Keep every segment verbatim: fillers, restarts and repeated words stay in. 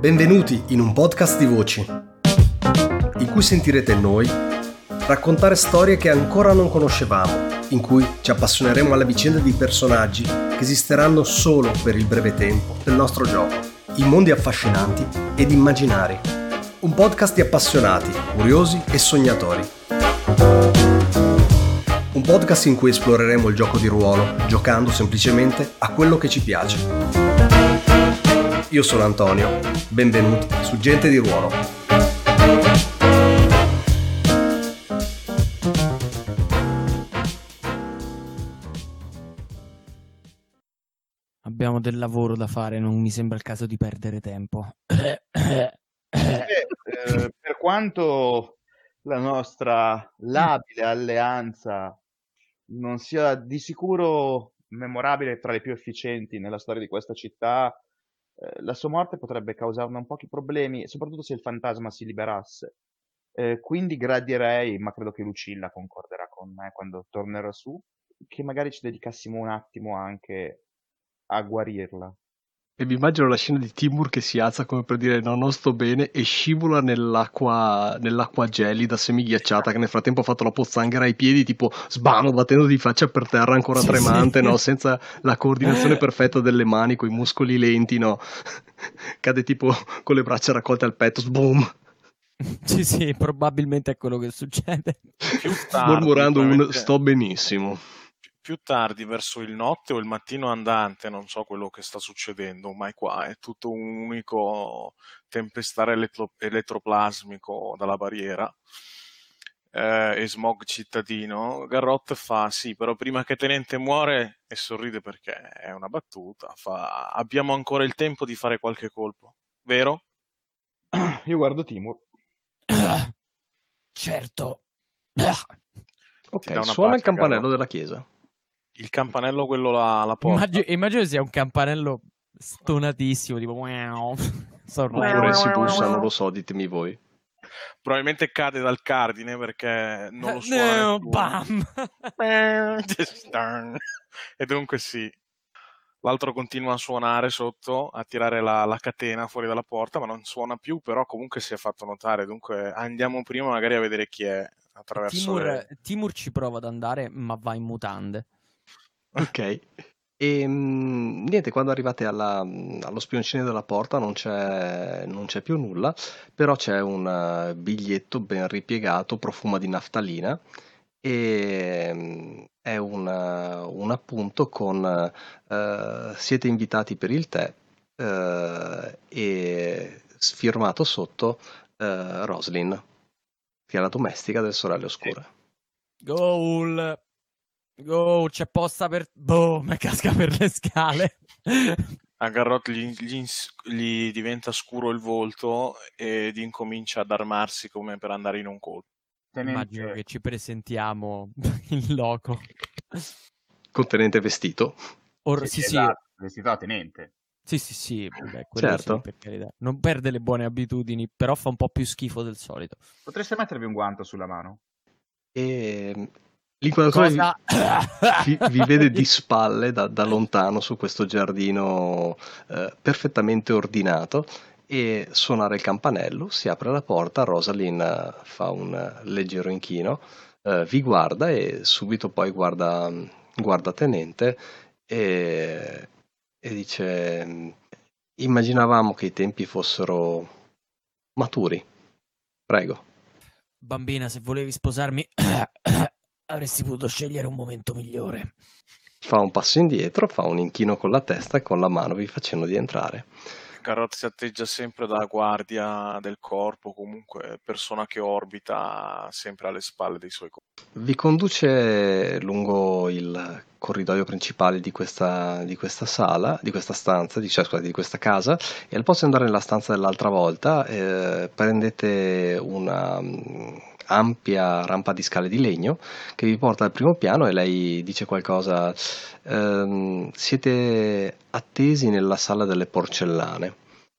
Benvenuti in un podcast di voci, in cui sentirete noi raccontare storie che ancora non conoscevamo, in cui ci appassioneremo alla vicenda di personaggi che esisteranno solo per il breve tempo del nostro gioco, in mondi affascinanti ed immaginari. Un podcast di appassionati, curiosi e sognatori. Un podcast in cui esploreremo il gioco di ruolo, giocando semplicemente a quello che ci piace. Io sono Antonio, benvenuti su Gente di Ruolo. Abbiamo del lavoro da fare, non mi sembra il caso di perdere tempo. Eh, eh, per quanto la nostra labile alleanza non sia di sicuro memorabile tra le più efficienti nella storia di questa città, eh, la sua morte potrebbe causarne un pochi problemi, soprattutto se il fantasma si liberasse. Eh, quindi gradirei, ma credo che Lucilla concorderà con me quando tornerà su, che magari ci dedicassimo un attimo anche a guarirla. E mi immagino la scena di Timur che si alza come per dire no, non sto bene e scivola nell'acqua, nell'acqua gelida semighiacciata che nel frattempo ha fatto la pozzanghera ai piedi, tipo sbano, battendo di faccia per terra ancora Sì, tremante, sì. no? Senza la coordinazione perfetta delle mani, coi muscoli lenti, no? Cade tipo con le braccia raccolte al petto, sboom, Sì, sì, probabilmente è quello che succede. Più tardi, mormorando un probabilmente- sto benissimo. più tardi, verso il notte o il mattino andante, non so quello che sta succedendo, ma è qua, è tutto un unico tempestare elettro- elettroplasmico dalla barriera eh, e smog cittadino. Garrot fa, sì, però prima che Tenente muore, e sorride perché è una battuta, fa, abbiamo ancora il tempo di fare qualche colpo, vero? Io guardo Timur. Certo. Ti dà Ok, una suona il pacca, campanello Garrot. della chiesa. Il campanello, quello la, la porta. Immagino, immagino sia un campanello stonatissimo, tipo wow. Sorrento. Oppure si bussa, non lo so, ditemi voi. Probabilmente cade dal cardine perché non lo suona No, nessuno. bam. E dunque sì, l'altro continua a suonare sotto, a tirare la, la catena fuori dalla porta, ma non suona più, però comunque si è fatto notare. Dunque andiamo prima magari a vedere chi è attraverso Timur, le... Timur ci prova ad andare, ma va in mutande. Ok. E mm, niente, quando arrivate alla- allo spioncino della porta non c'è, non c'è più nulla, però c'è un eh, biglietto ben ripiegato, profuma di naftalina e mm, è un, eh, un appunto con eh, siete invitati per il tè eh, e firmato sotto eh, Roslyn, che è la domestica delle sorelle oscure. Goal. Go, c'è posta per... Boom, e casca per le scale. A Garrot gli, gli ins- gli diventa scuro il volto ed incomincia ad armarsi come per andare in un colpo. Immagino che ci presentiamo in loco. Contenente vestito. Or- sì, sì, esatto, vestito da tenente. sì, sì, sì, beh, quello Certo. sì, per carità. Non perde le buone abitudini, però fa un po' più schifo del solito. Potreste mettervi un guanto sulla mano? E l'inquadratore vi, Cosa? vi- vi vede di spalle da, da lontano su questo giardino eh, perfettamente ordinato e suonare il campanello, si apre la porta, Rosalind eh, fa un eh, leggero inchino, eh, vi guarda e subito poi guarda, guarda Tenente e, e dice immaginavamo che i tempi fossero maturi, prego. Bambina, se volevi sposarmi, avresti potuto scegliere un momento migliore. Fa un passo indietro, fa un inchino con la testa e con la mano vi facendo di entrare. Garrot si atteggia sempre da guardia del corpo, comunque persona che orbita sempre alle spalle dei suoi compagni. Vi conduce lungo il corridoio principale di questa, di questa sala, di questa stanza, di, cioè, scusate, di questa casa, e al posto di andare nella stanza dell'altra volta eh, prendete una mm, ampia rampa di scale di legno che vi porta al primo piano e lei dice qualcosa. Ehm, siete attesi nella sala delle porcellane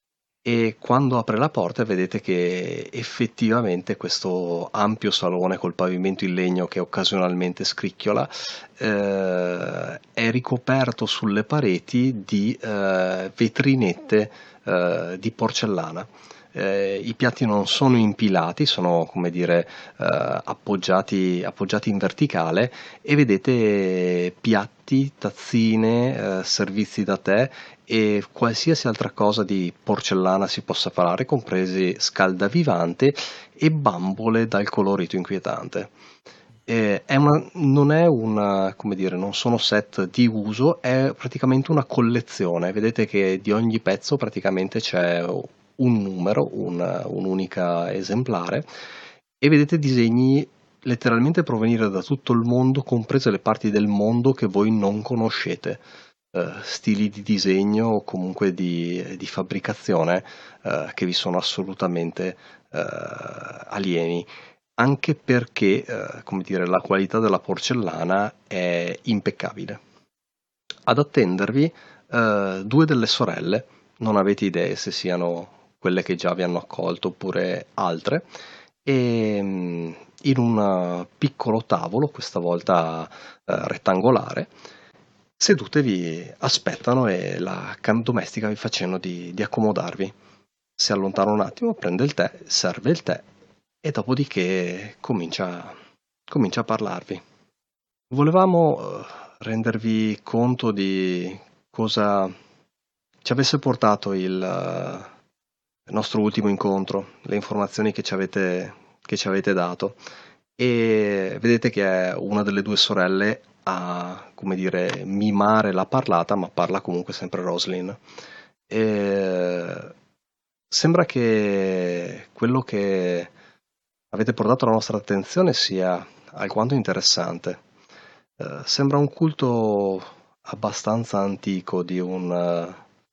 e quando apre la porta vedete che effettivamente questo ampio salone col pavimento in legno che occasionalmente scricchiola eh, è ricoperto sulle pareti di eh, vetrinette eh, di porcellana. Eh, I piatti non sono impilati, sono come dire eh, appoggiati, appoggiati in verticale, e vedete piatti, tazzine, eh, servizi da tè e qualsiasi altra cosa di porcellana si possa fare, compresi scaldavivante e bambole dal colorito inquietante. Eh, è una, non è una, come dire, non sono set di uso, è praticamente una collezione. Vedete che di ogni pezzo praticamente c'è un numero, un, un'unica esemplare, e vedete disegni letteralmente provenire da tutto il mondo, comprese le parti del mondo che voi non conoscete. Uh, stili di disegno o comunque di, di fabbricazione uh, che vi sono assolutamente uh, alieni, anche perché uh, come dire, la qualità della porcellana è impeccabile. Ad attendervi uh, due delle sorelle, non avete idee se siano quelle che già vi hanno accolto oppure altre, e um, in un piccolo tavolo, questa volta uh, rettangolare, sedute vi aspettano e la can domestica vi fa cenno di, di accomodarvi. Si allontana un attimo, prende il tè, serve il tè e dopodiché comincia, comincia a parlarvi. Volevamo uh, rendervi conto di cosa ci avesse portato il, uh, il nostro ultimo incontro, le informazioni che ci avete, che ci avete dato, e vedete che è una delle due sorelle a, come dire, mimare la parlata, ma parla comunque sempre Roslyn. E sembra che quello che avete portato alla nostra attenzione sia alquanto interessante. Uh, sembra un culto abbastanza antico di un uh,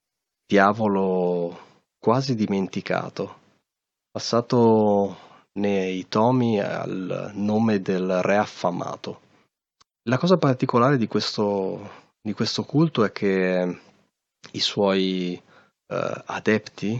diavolo quasi dimenticato, passato nei tomi al nome del re affamato. La cosa particolare di questo, di questo culto è che i suoi uh, adepti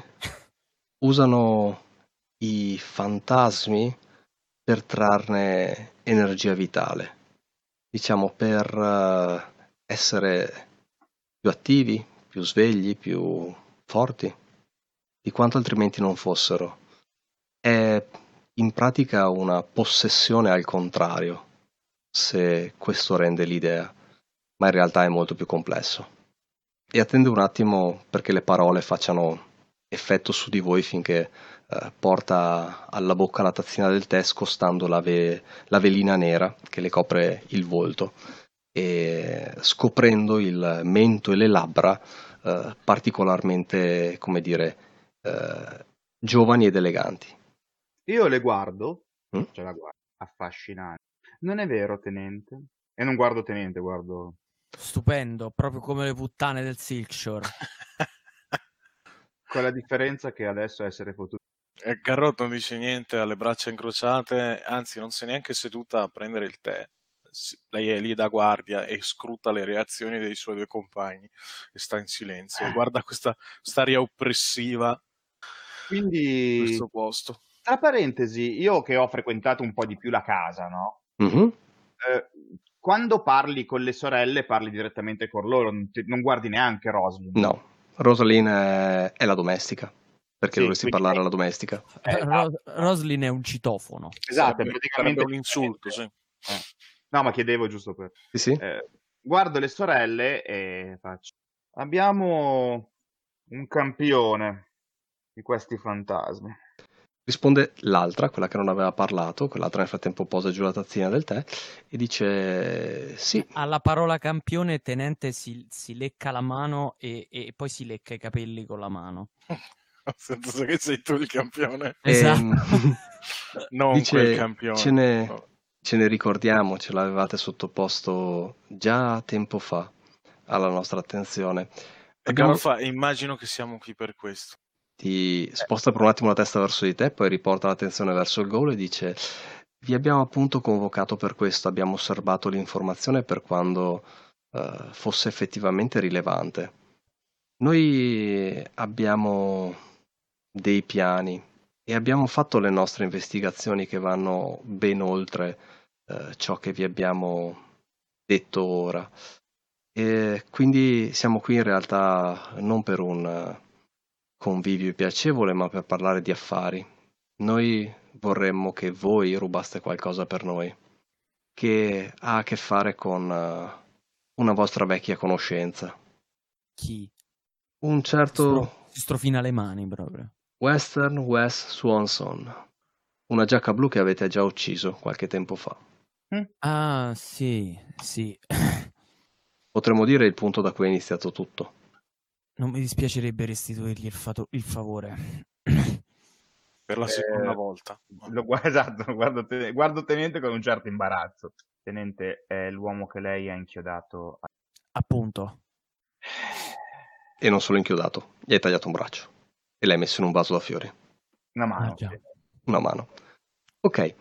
usano i fantasmi per trarne energia vitale, diciamo per uh, essere più attivi, più svegli, più forti di quanto altrimenti non fossero. È in pratica una possessione al contrario, se questo rende l'idea, ma in realtà è molto più complesso. E attende un attimo perché le parole facciano effetto su di voi finché eh, porta alla bocca la tazzina del tè scostando la, ve- la velina nera che le copre il volto e scoprendo il mento e le labbra eh, particolarmente, come dire, eh, giovani ed eleganti. Io le guardo, Mm? cioè la guardo, affascinante. Non è vero, tenente? E non guardo tenente, guardo... Stupendo, proprio come le puttane del Silkshore. Con la differenza che adesso essere potuto... E Carrot non dice niente, ha le braccia incrociate, anzi non si è neanche seduta a prendere il tè. Lei è lì da guardia e scruta le reazioni dei suoi due compagni e sta in silenzio. Guarda questa staria oppressiva Quindi, in questo posto. Tra parentesi, io che ho frequentato un po' di più la casa, no? Mm-hmm. Eh, quando parli con le sorelle parli direttamente con loro, non, ti, non guardi neanche Roslyn. No, Rosaline è, è la domestica, perché Sì, dovresti quindi- parlare alla domestica. Eh, Ro- Roslyn è un citofono. Esatto, Sarebbe, è praticamente sarebbe un insulto, sì. Eh. No, ma chiedevo giusto per... Sì, sì. Eh, guardo le sorelle e faccio... Abbiamo un campione di questi fantasmi. Risponde l'altra, quella che non aveva parlato, quell'altra nel frattempo posa giù la tazzina del tè e dice sì. Alla parola campione, tenente si, si lecca la mano e, e poi si lecca i capelli con la mano. Senza che sei tu il campione. Esatto. Ehm, Non dice, quel campione. Ce ne, No. ce ne ricordiamo, ce l'avevate sottoposto già tempo fa alla nostra attenzione. E Abbiamo- Carrot fa, immagino che siamo qui per questo. Ti sposta per un attimo la testa verso di te, poi riporta l'attenzione verso il goal e dice: vi abbiamo appunto convocato per questo, abbiamo osservato l'informazione per quando eh, fosse effettivamente rilevante. Noi abbiamo dei piani e abbiamo fatto le nostre investigazioni che vanno ben oltre eh, ciò che vi abbiamo detto ora. E quindi siamo qui in realtà non per un eh, convivio piacevole, ma per parlare di affari. Noi vorremmo che voi rubaste qualcosa per noi, che ha a che fare con eh, una vostra vecchia conoscenza. Chi? Un Si, certo stro- si strofina le mani proprio. Western Wes Swanson, una giacca blu che avete già ucciso qualche tempo fa. Ah, sì, sì. Potremmo dire il punto da cui è iniziato tutto. Non mi dispiacerebbe restituirgli il, fato- il favore. Per la seconda Eh, volta. Lo, gu- esatto, guardo, te- guardo Tenente con un certo imbarazzo. Tenente è l'uomo che lei ha inchiodato. a- Appunto. E non solo inchiodato, gli hai tagliato un braccio e l'hai messo in un vaso da fiori. Una Ah, mano. già. sì. Una mano. Ok.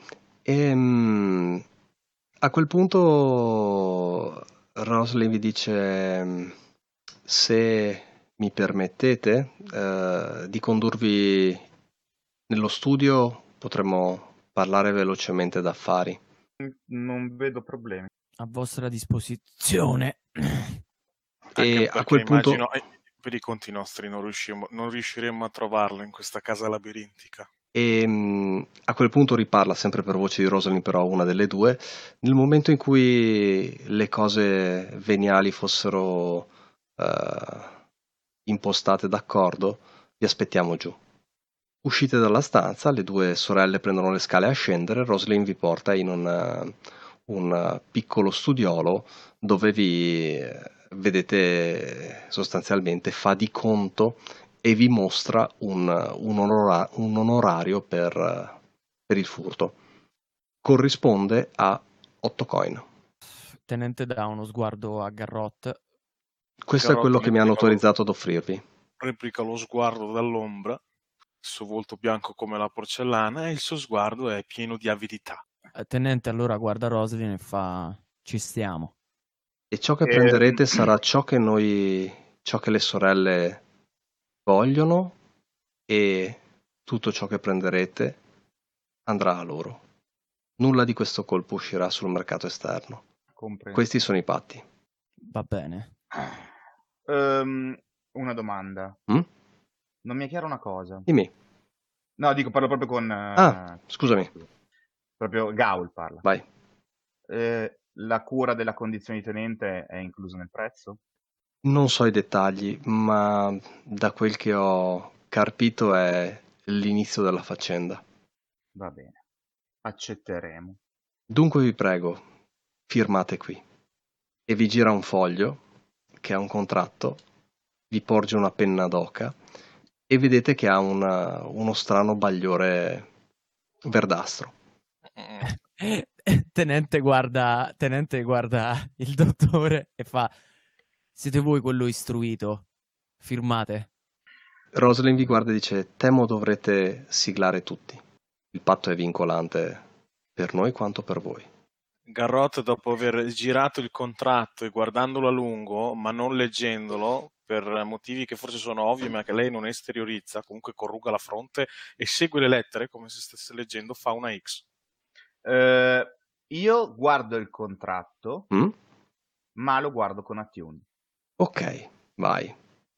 Ehm, a quel punto Rosalind vi dice se mi permettete eh, di condurvi nello studio, potremmo parlare velocemente d'affari. Non vedo problemi. A vostra disposizione. Anche E a perché quel punto immagino, eh, per i conti nostri non riusciremo, non riusciremmo a trovarlo in questa casa labirintica. E mh, a quel punto riparla sempre per voce di Rosalind, però una delle due. Nel momento in cui le cose veniali fossero eh, impostate d'accordo, vi aspettiamo giù. Uscite dalla stanza, le due sorelle prendono le scale a scendere, Rosalind vi porta in un, eh, un piccolo studiolo dove vi eh, vedete sostanzialmente fa di conto e vi mostra un, un, onora- un onorario per, eh, per il furto. Corrisponde a otto coin. Tenente dà uno sguardo a Garrot. Questo è quello Garrotto che mi hanno replica lo- autorizzato ad offrirvi. replica lo sguardo dall'ombra, il suo volto bianco come la porcellana e il suo sguardo è pieno di avidità. Eh, Tenente allora guarda Roslyn e fa: ci stiamo. E ciò che Ehm, prenderete sarà ciò che noi, ciò che le sorelle vogliono, e tutto ciò che prenderete andrà a loro. Nulla di questo colpo uscirà sul mercato esterno. comprendo. Questi sono i patti. Va bene. Ehm, una domanda. Mm? Non mi è chiara una cosa. Dimmi. No, dico, parlo proprio con... eh, Ah, scusami. Proprio Gaul parla. Vai. Eh, la cura della condizione di tenente è inclusa nel prezzo? Non so i dettagli, ma da quel che ho carpito è l'inizio della faccenda. Va bene. Accetteremo. Dunque vi prego, firmate qui. E vi gira un foglio, che ha un contratto, vi porge una penna d'oca e vedete che ha una- uno strano bagliore verdastro. Mm. Tenente guarda, Tenente guarda il dottore e fa: siete voi quello istruito? Firmate. Rosalind vi guarda e dice: temo dovrete siglare tutti. Il patto è vincolante per noi quanto per voi. Garrot, dopo aver girato il contratto e guardandolo a lungo, ma non leggendolo, per motivi che forse sono ovvi, ma che lei non esteriorizza, comunque corruga la fronte e segue le lettere come se stesse leggendo, fa una X. Eh, io guardo il contratto, Mm? ma lo guardo con Attune. Ok, vai.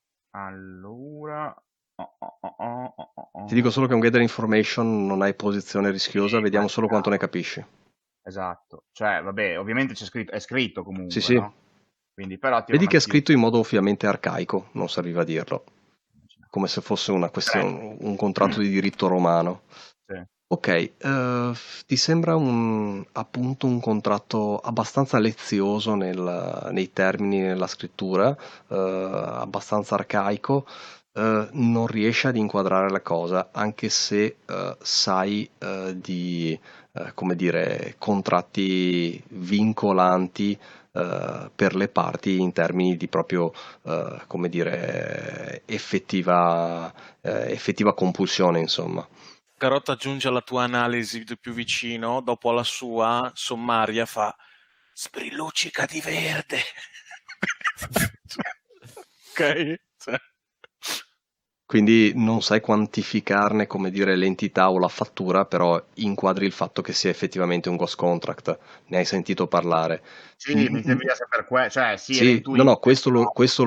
Allora... oh, oh, oh, oh, oh, oh. Ti dico solo che un gather information non hai posizione rischiosa, Sì, vediamo ma solo quanto ne cavolo. capisci. Esatto. Cioè, vabbè, ovviamente c'è scritto, è scritto comunque, Sì, sì. no? Quindi, però tiro Vedi un che è attimo. scritto in modo ovviamente arcaico, non serviva a dirlo, come se fosse una questione, un contratto di diritto romano. Sì. Ok, eh, ti sembra un, appunto un contratto abbastanza lezioso nel- nei termini, nella scrittura, eh, abbastanza arcaico, eh, non riesci ad inquadrare la cosa, anche se eh, sai eh, di, eh, come dire, contratti vincolanti eh, per le parti in termini di proprio, eh, come dire, effettiva, eh, effettiva compulsione, insomma. Garrot aggiunge alla tua analisi più vicino, dopo alla sua sommaria fa sbrilluccica di verde. Ok? Cioè, Quindi non sai quantificarne, come dire, l'entità o la fattura, però inquadri il fatto che sia effettivamente un ghost contract. Ne hai sentito parlare. Sì, Mm, mi mm, servisse per que cioè sì, era Sì, no, no, intuibile, questo lo, però questo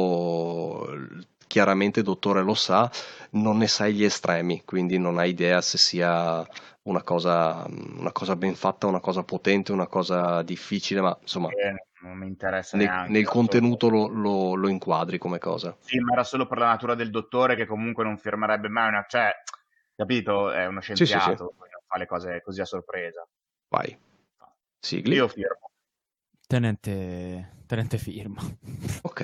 lo chiaramente dottore lo sa, non ne sai gli estremi, quindi non hai idea se sia una cosa, una cosa ben fatta, una cosa potente, una cosa difficile, ma insomma, eh, non mi interessa nel, neanche, nel era solo contenuto lo, lo- lo inquadri come cosa. sì, ma era solo per la natura del dottore che comunque non firmerebbe mai una cioè, capito? È uno Sì, sì, sì, scienziato, poi non fa le cose così a sorpresa. vai, sigli. Io firmo. Tenente, tenente firma. Ok,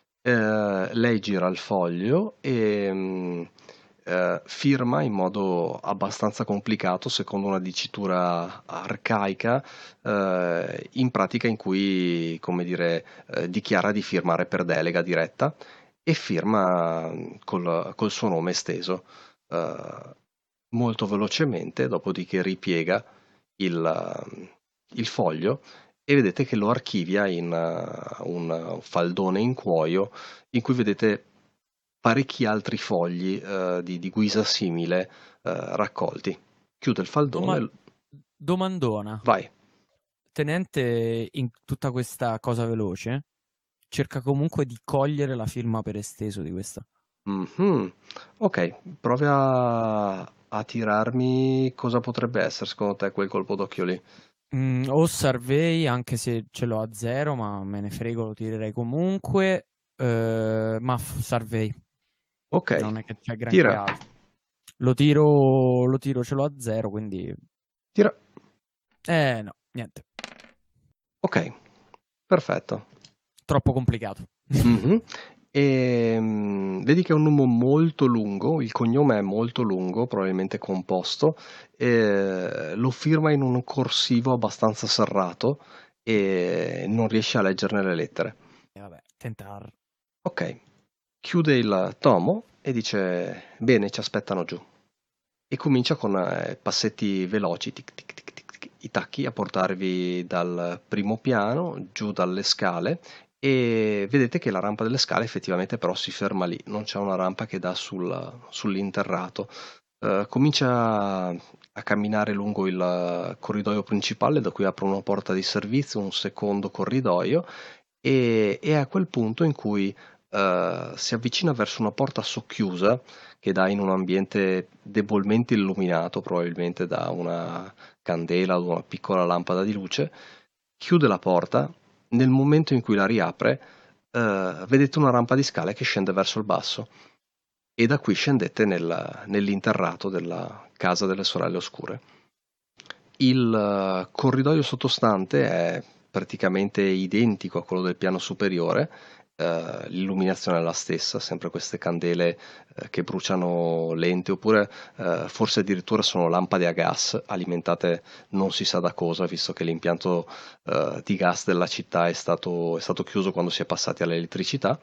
eh, lei gira il foglio e mm, eh, firma in modo abbastanza complicato, secondo una dicitura arcaica, eh, in pratica in cui, come dire, eh, dichiara di firmare per delega diretta e firma mm, col, col suo nome esteso, eh, molto velocemente, dopodiché ripiega il, il foglio e vedete che lo archivia in uh, un faldone in cuoio in cui vedete parecchi altri fogli uh, di, di guisa simile uh, raccolti. Chiude il Doma- faldone, domandona. vai. Tenente, in tutta questa cosa veloce, cerca comunque di cogliere la firma per esteso di questa. Mhm. Ok, provi a, a tirarmi cosa potrebbe essere secondo te quel colpo d'occhio lì. Mm, o survey, anche se ce l'ho a zero, ma me ne frego, lo tirerei comunque. Eh, ma f- survey, Ok, non è che c'è granché tira, altro. Lo tiro, lo tiro, ce l'ho a zero, quindi... tira. Eh no, niente. Ok, perfetto. Troppo complicato. Mhm. E, mm, vedi che è un nome molto lungo, il cognome è molto lungo, probabilmente composto, e lo firma in un corsivo abbastanza serrato e non riesce a leggerne le lettere. E vabbè, tentar. Ok, chiude il tomo e dice: Bene, ci aspettano giù. E comincia con eh, passetti veloci, tic, tic, tic, tic, tic, i tacchi a portarvi dal primo piano giù dalle scale e vedete che la rampa delle scale effettivamente però si ferma lì, non c'è una rampa che dà sul- sull'interrato. Eh, comincia a camminare lungo il corridoio principale da cui apre una porta di servizio, un secondo corridoio e, e è a quel punto in cui eh, si avvicina verso una porta socchiusa che dà in un ambiente debolmente illuminato, probabilmente da una candela o una piccola lampada di luce, chiude la porta, nel momento in cui la riapre, eh, vedete una rampa di scale che scende verso il basso e da qui scendete nel- nell'interrato della casa delle sorelle oscure. Il eh, corridoio sottostante è praticamente identico a quello del piano superiore, eh, l'illuminazione è la stessa, sempre queste candele eh, che bruciano lente, oppure eh, forse addirittura sono lampade a gas alimentate non si sa da cosa, visto che l'impianto eh, di gas della città è stato, è stato chiuso quando si è passati all'elettricità.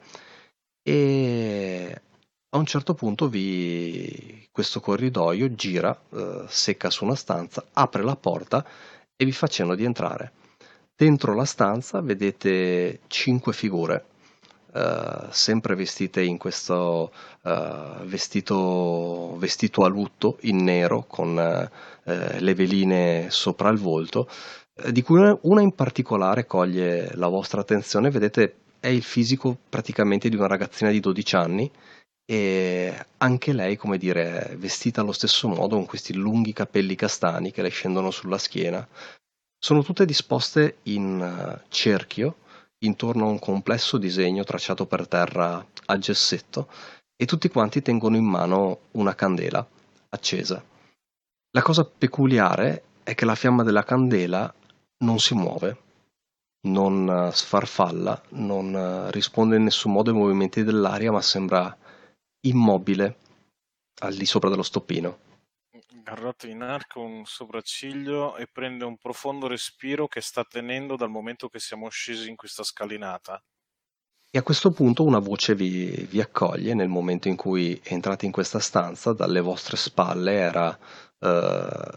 E a un certo punto vi... questo corridoio gira, eh, secca su una stanza, apre la porta e vi fa cenno di entrare. Dentro la stanza vedete cinque figure, eh, sempre vestite in questo eh, vestito, vestito a lutto in nero con eh, le veline sopra il volto, eh, di cui una, una in particolare coglie la vostra attenzione. Vedete, è il fisico praticamente di una ragazzina di dodici anni e anche lei, come dire, vestita allo stesso modo con questi lunghi capelli castani che le scendono sulla schiena. Sono tutte disposte in eh, cerchio intorno a un complesso disegno tracciato per terra a gessetto e tutti quanti tengono in mano una candela accesa. La cosa peculiare è che la fiamma della candela non si muove, non eh, sfarfalla, non eh, risponde in nessun modo ai movimenti dell'aria, ma sembra immobile al di sopra dello stoppino. Garrotte inarca un sopracciglio e prende un profondo respiro che sta tenendo dal momento che siamo scesi in questa scalinata. E a questo punto una voce vi, vi accoglie nel momento in cui entrate in questa stanza. Dalle vostre spalle era eh,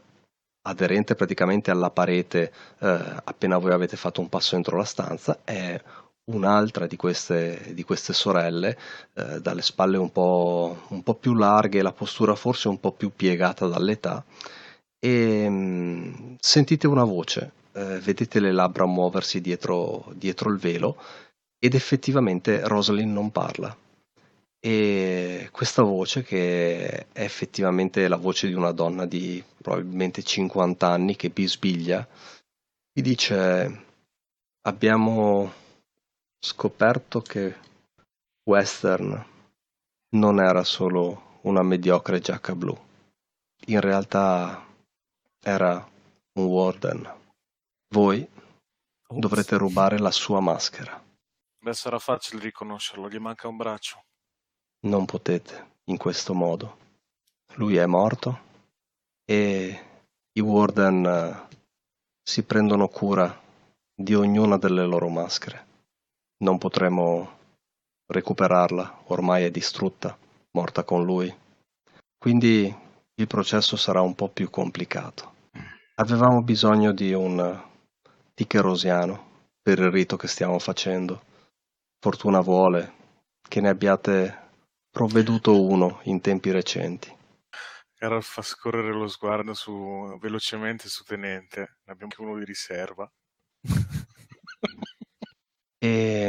aderente praticamente alla parete, eh, appena voi avete fatto un passo dentro la stanza, è un'altra di queste, di queste sorelle, eh, dalle spalle un po', un po' più larghe, la postura forse un po' più piegata dall'età, e mh, sentite una voce, eh, vedete le labbra muoversi dietro, dietro il velo, ed effettivamente Rosalind non parla. E questa voce, che è effettivamente la voce di una donna di probabilmente cinquanta anni che bisbiglia, vi dice: abbiamo scoperto che Western non era solo una mediocre giacca blu, in realtà era un warden. Voi Ops. dovrete rubare la sua maschera. Beh, sarà facile riconoscerlo, gli manca un braccio. Non potete in questo modo. Lui è morto e i warden eh, si prendono cura di ognuna delle loro maschere. Non potremo recuperarla, ormai è distrutta, morta con lui. Quindi il processo sarà un po' più complicato. Avevamo bisogno di un ticherosiano per il rito che stiamo facendo. Fortuna vuole che ne abbiate provveduto uno in tempi recenti. Geralt fa scorrere lo sguardo su, velocemente su Tenente. Ne abbiamo anche uno di riserva. E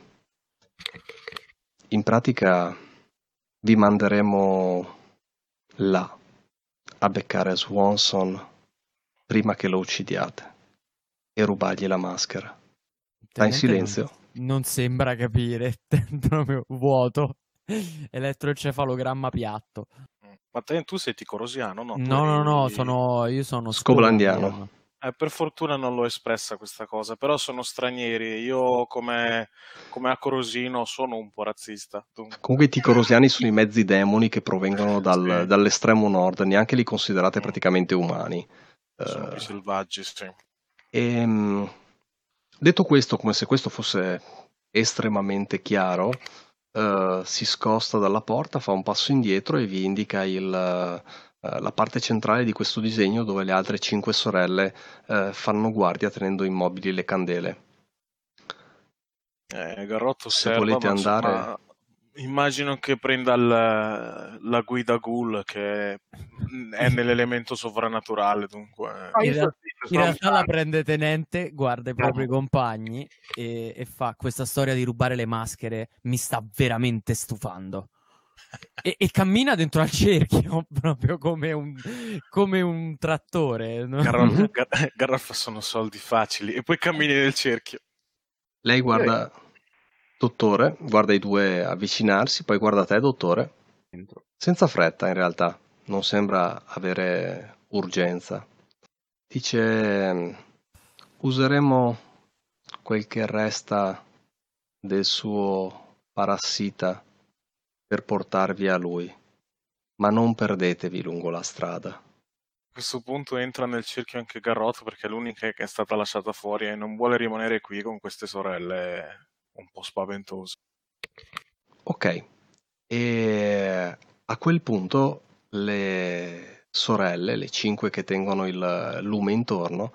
in pratica vi manderemo là a beccare Swanson prima che lo uccidiate e rubargli la maschera. Sta in Tenente silenzio. Non, non sembra capire, proprio vuoto. Elettroencefalogramma piatto. Ma te, tu sei ticorosiano, no? Tu No, no, no, eri- sono io sono Scoblandiano. scoblandiano. Eh, per fortuna non l'ho espressa questa cosa, però sono stranieri. Io come, come Acorosino sono un po' razzista. dunque. Comunque i ticorosiani sono i mezzi demoni che provengono dal- Sì. dall'estremo nord, neanche li considerate Mm. praticamente umani. Sono Eh, più selvaggi, sì. E, mh, detto questo, come se questo fosse estremamente chiaro, eh, si scosta dalla porta, fa un passo indietro e vi indica il, eh, la parte centrale di questo disegno, dove le altre cinque sorelle eh, fanno guardia tenendo immobili le candele. Eh, Garrotto Se osserva, volete ma andare, insomma, immagino che prenda il- la guida ghoul che è nell'elemento sovrannaturale, dunque. Ah, In, io real- sto zitto, in sono realtà la amico. prende Tenente, guarda i propri compagni e, e fa: questa storia di rubare le maschere mi sta veramente stufando. E, e cammina dentro al cerchio proprio come un, come un trattore, no? Garrot- Mhm. Gar- Garrot sono soldi facili e poi cammini nel cerchio. lei guarda dottore, guarda i due avvicinarsi, poi guarda te, dottore, Dentro. senza fretta in realtà, non sembra avere urgenza. Dice: useremo quel che resta del suo parassita per portarvi a lui, ma non perdetevi lungo la strada. A questo punto entra nel cerchio anche Garrot perché è l'unica che è stata lasciata fuori e non vuole rimanere qui con queste sorelle un po' spaventose. Ok, e a quel punto le sorelle, le cinque che tengono il lume intorno,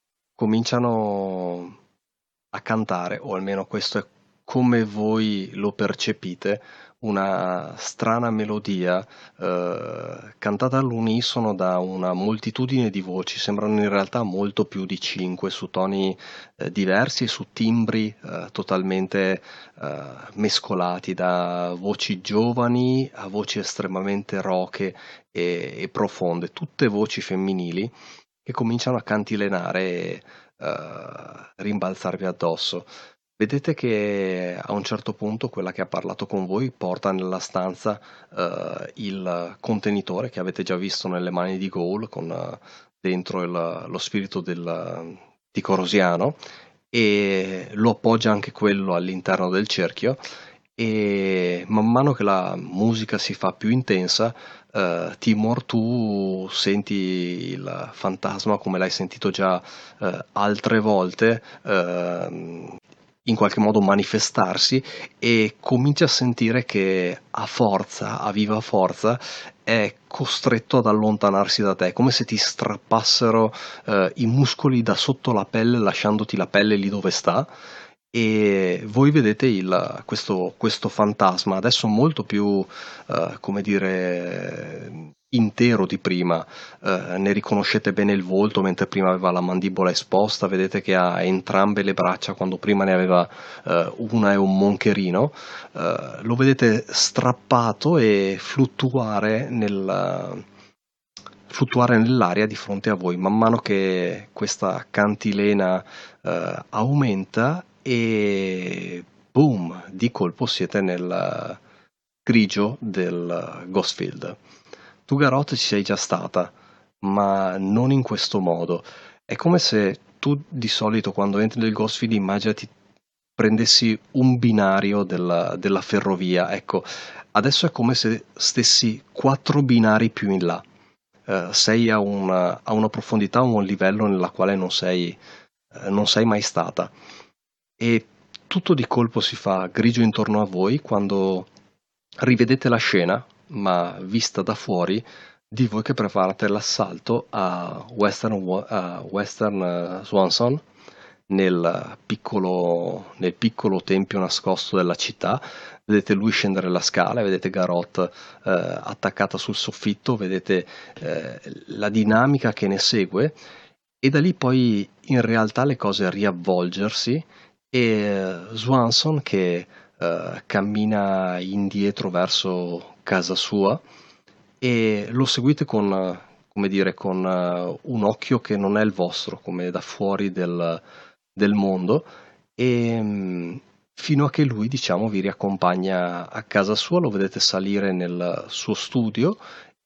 cominciano a cantare, o almeno questo è come voi lo percepite, una strana melodia eh, cantata all'unisono da una moltitudine di voci. Sembrano in realtà molto più di cinque, su toni eh, diversi e su timbri eh, totalmente eh, mescolati, da voci giovani a voci estremamente roche e, e profonde, tutte voci femminili che cominciano a cantilenare e eh, rimbalzarvi addosso. Vedete che a un certo punto quella che ha parlato con voi porta nella stanza eh, il contenitore che avete già visto nelle mani di Ghoul, con eh, dentro il- lo spirito del Ticorosiano, e lo appoggia anche quello all'interno del cerchio, e man mano che la musica si fa più intensa, eh, Timor, tu senti il fantasma, come l'hai sentito già eh, altre volte, ehm, in qualche modo manifestarsi, e cominci a sentire che a forza, a viva forza, è costretto ad allontanarsi da te, come se ti strappassero eh, i muscoli da sotto la pelle, lasciandoti la pelle lì dove sta, e voi vedete il, questo, questo fantasma adesso molto più, eh, come dire, intero di prima. Eh, ne riconoscete bene il volto, mentre prima aveva la mandibola esposta, vedete che ha entrambe le braccia quando prima ne aveva eh, una e un moncherino. Eh, lo vedete strappato e fluttuare nel fluttuare nell'aria di fronte a voi man mano che questa cantilena eh, aumenta, e boom, di colpo siete nel grigio del Ghostfield. Tu, Garot, ci sei già stata, ma non in questo modo. È come se tu di solito quando entri nel Ghostfield immaginati prendessi un binario della, della ferrovia. Ecco, adesso è come se stessi quattro binari più in là. Uh, sei a una, a una profondità, a un livello nella quale non sei, uh, non sei mai stata, e tutto di colpo si fa grigio intorno a voi quando rivedete la scena, ma vista da fuori di voi che preparate l'assalto a Western, a Western uh, Swanson, nel piccolo, nel piccolo tempio nascosto della città. Vedete lui scendere la scala, vedete Garot eh, attaccata sul soffitto, vedete eh, la dinamica che ne segue, e da lì poi in realtà le cose riavvolgersi, e Swanson che eh, cammina indietro verso casa sua, e lo seguite con, come dire, con uh, un occhio che non è il vostro, come da fuori del, del mondo, e mh, fino a che lui, diciamo, vi riaccompagna a casa sua. Lo vedete salire nel suo studio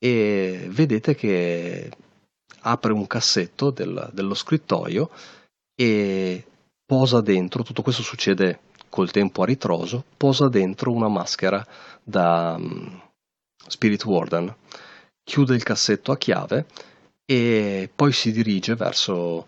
e vedete che apre un cassetto del, dello scrittoio e posa dentro, tutto questo succede col tempo a ritroso, posa dentro una maschera da um, Spirit Warden, chiude il cassetto a chiave e poi si dirige verso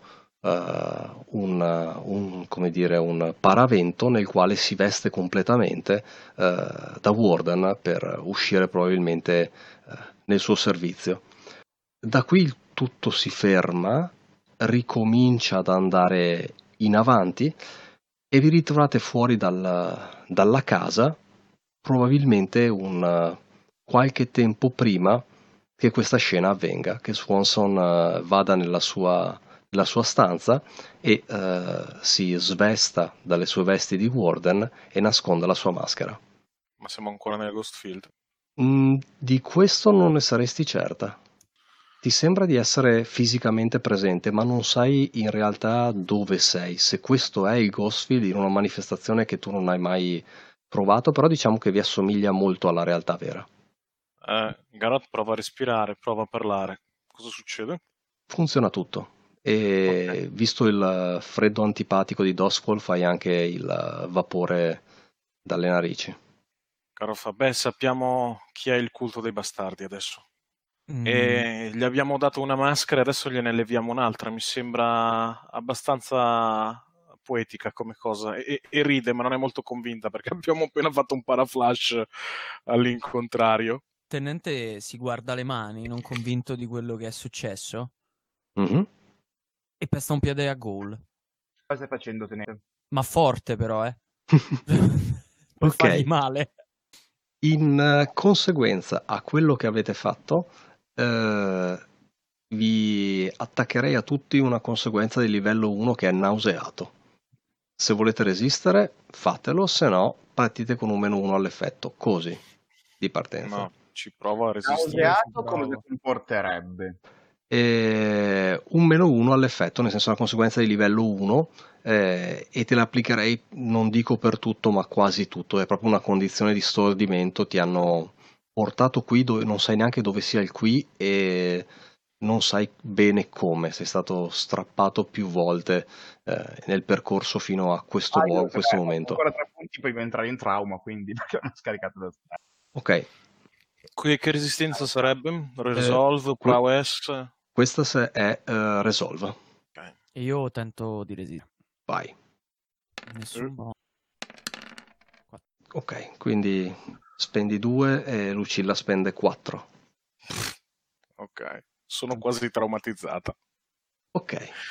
uh, un, un, come dire, un paravento nel quale si veste completamente uh, da Warden per uscire probabilmente uh, nel suo servizio. Da qui il tutto si ferma, ricomincia ad andare in avanti e vi ritrovate fuori dal, dalla casa, probabilmente un qualche tempo prima che questa scena avvenga, che Swanson uh, vada nella sua, nella sua stanza e uh, si svesta dalle sue vesti di Warden e nasconda la sua maschera. Ma siamo ancora nel Ghostfield? Mm, di questo non ne saresti certa. Ti sembra di essere fisicamente presente, ma non sai in realtà dove sei, se questo è il Ghostfield in una manifestazione che tu non hai mai provato, però diciamo che vi assomiglia molto alla realtà vera. Eh, Garot prova a respirare, prova a parlare. Cosa succede? Funziona tutto. E Ok. visto il freddo antipatico di Doskwall, fai anche il vapore dalle narici. Garot fa, beh, sappiamo chi è il culto dei bastardi adesso. Mm. E gli abbiamo dato una maschera e adesso gliene leviamo un'altra. Mi sembra abbastanza poetica come cosa. E, e ride, ma non è molto convinta perché abbiamo appena fatto un paraflash all'incontrario. Tenente si guarda le mani, non convinto di quello che è successo, Mm-hmm. e pesta un piede a Ghoul. Cosa stai facendo, tenente? Ma forte però, eh. Per Ok. fargli male. In uh, conseguenza a quello che avete fatto, uh, vi attaccherei a tutti una conseguenza di livello uno che è nauseato. Se volete resistere, fatelo, se no partite con un meno uno all'effetto, così, di partenza. No, ci provo a resistere. Nauseato come si comporterebbe? E un meno uno all'effetto, nel senso una conseguenza di livello uno, eh, e te la applicherei, non dico per tutto, ma quasi tutto. È proprio una condizione di stordimento, ti hanno portato qui dove non sai neanche dove sia il qui e non sai bene come, sei stato strappato più volte eh, nel percorso fino a questo Ah, luogo, io, questo eh, ho momento. ancora tre punti, poi devo entrare in trauma, quindi perché non ho scaricato da strada. Ok. Qui che resistenza sarebbe? Resolve, Eh, que- prowess? Questa se è uh, Resolve. Ok. E io tento di resistere. Vai. Nessun bo- Ok, quindi spendi due e Lucilla spende quattro. Ok, sono quasi traumatizzata. Ok.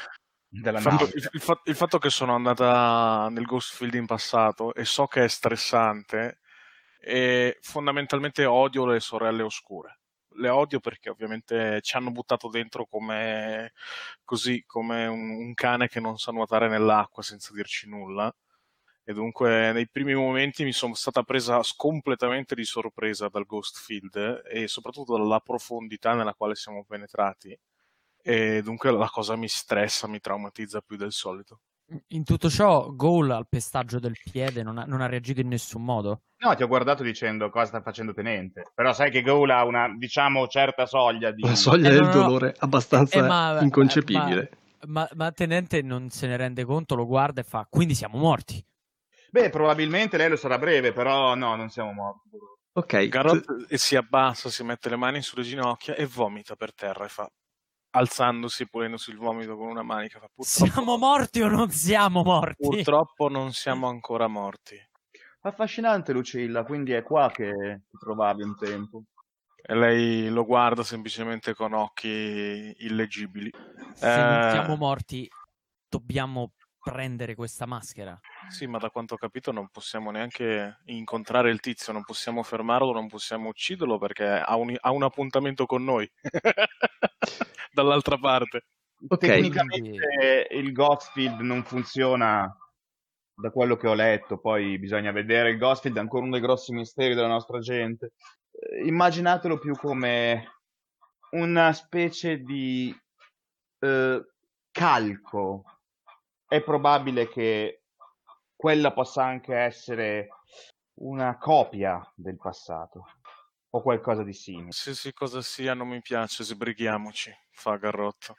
della Il fatto, nave. il- il fa- il fatto che sono andata nel Ghostfield in passato e so che è stressante, e fondamentalmente odio le sorelle oscure. Le odio perché ovviamente ci hanno buttato dentro come così, come un, un cane che non sa nuotare nell'acqua senza dirci nulla. E dunque nei primi momenti mi sono stata presa s- completamente di sorpresa dal Ghostfield e soprattutto dalla profondità nella quale siamo penetrati. E dunque la cosa mi stressa, mi traumatizza più del solito. In tutto ciò, Goal al pestaggio del piede non ha, non ha reagito in nessun modo. No, ti ho guardato dicendo cosa sta facendo Tenente. Però sai che Goal ha una, diciamo, certa soglia Una di... soglia Eh, no, del no, no. dolore Eh, abbastanza eh, ma, ma, inconcepibile. ma, ma Tenente non se ne rende conto, lo guarda e fa: quindi siamo morti. Beh, probabilmente lei lo sarà breve, però no, non siamo morti. Ok, Garrot t- eh, si abbassa, si mette le mani sulle ginocchia e vomita per terra e fa, alzandosi, pulendosi il vomito con una manica, fa, purtroppo, Siamo morti o non siamo morti? purtroppo non siamo ancora morti. Affascinante Lucilla, quindi è qua che ti trovavi un tempo. E lei lo guarda semplicemente con occhi illeggibili. Se non Eh, siamo morti, dobbiamo prendere questa maschera. Sì, ma da quanto ho capito non possiamo neanche incontrare il tizio, non possiamo fermarlo, non possiamo ucciderlo perché ha un, ha un appuntamento con noi. Dall'altra parte. Ok. Tecnicamente il Ghostfield non funziona da quello che ho letto, poi bisogna vedere. Il Ghostfield è ancora uno dei grossi misteri della nostra gente. Eh, immaginatelo più come una specie di eh, calco. È probabile che quella possa anche essere una copia del passato o qualcosa di simile. Se sì cosa sia non mi piace, sbrighiamoci, fa Garrotto.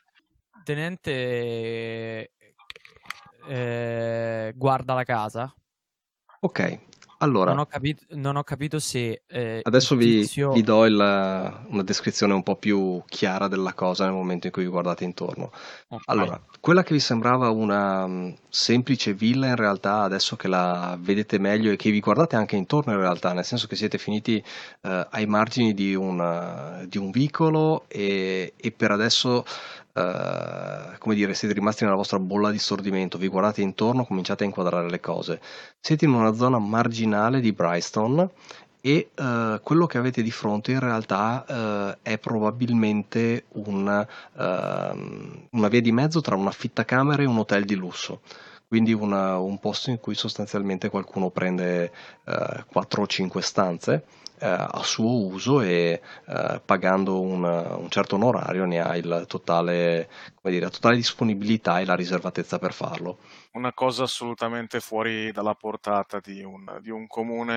Tenente eh, guarda la casa. Ok, allora, Non ho capito, non ho capito se eh, adesso il vi, tizio... vi do il- una descrizione un po' più chiara della cosa nel momento in cui vi guardate intorno. Ok. Allora, quella che vi sembrava una mm, semplice villa, in realtà, adesso che la vedete meglio e che vi guardate anche intorno, in realtà, nel senso che siete finiti eh, ai margini di un, eh, di un vicolo e, e per adesso, eh, come dire, siete rimasti nella vostra bolla di stordimento, vi guardate intorno, cominciate a inquadrare le cose. Siete in una zona marginale di Bryston e eh, quello che avete di fronte in realtà eh, è probabilmente un, ehm, una via di mezzo tra un affittacamere e un hotel di lusso. Quindi una- un posto in cui sostanzialmente qualcuno prende eh, quattro o cinque stanze eh, a suo uso e eh, pagando un, un certo onorario ne ha il totale, come dire, la totale disponibilità e la riservatezza per farlo. Una cosa assolutamente fuori dalla portata di un, di un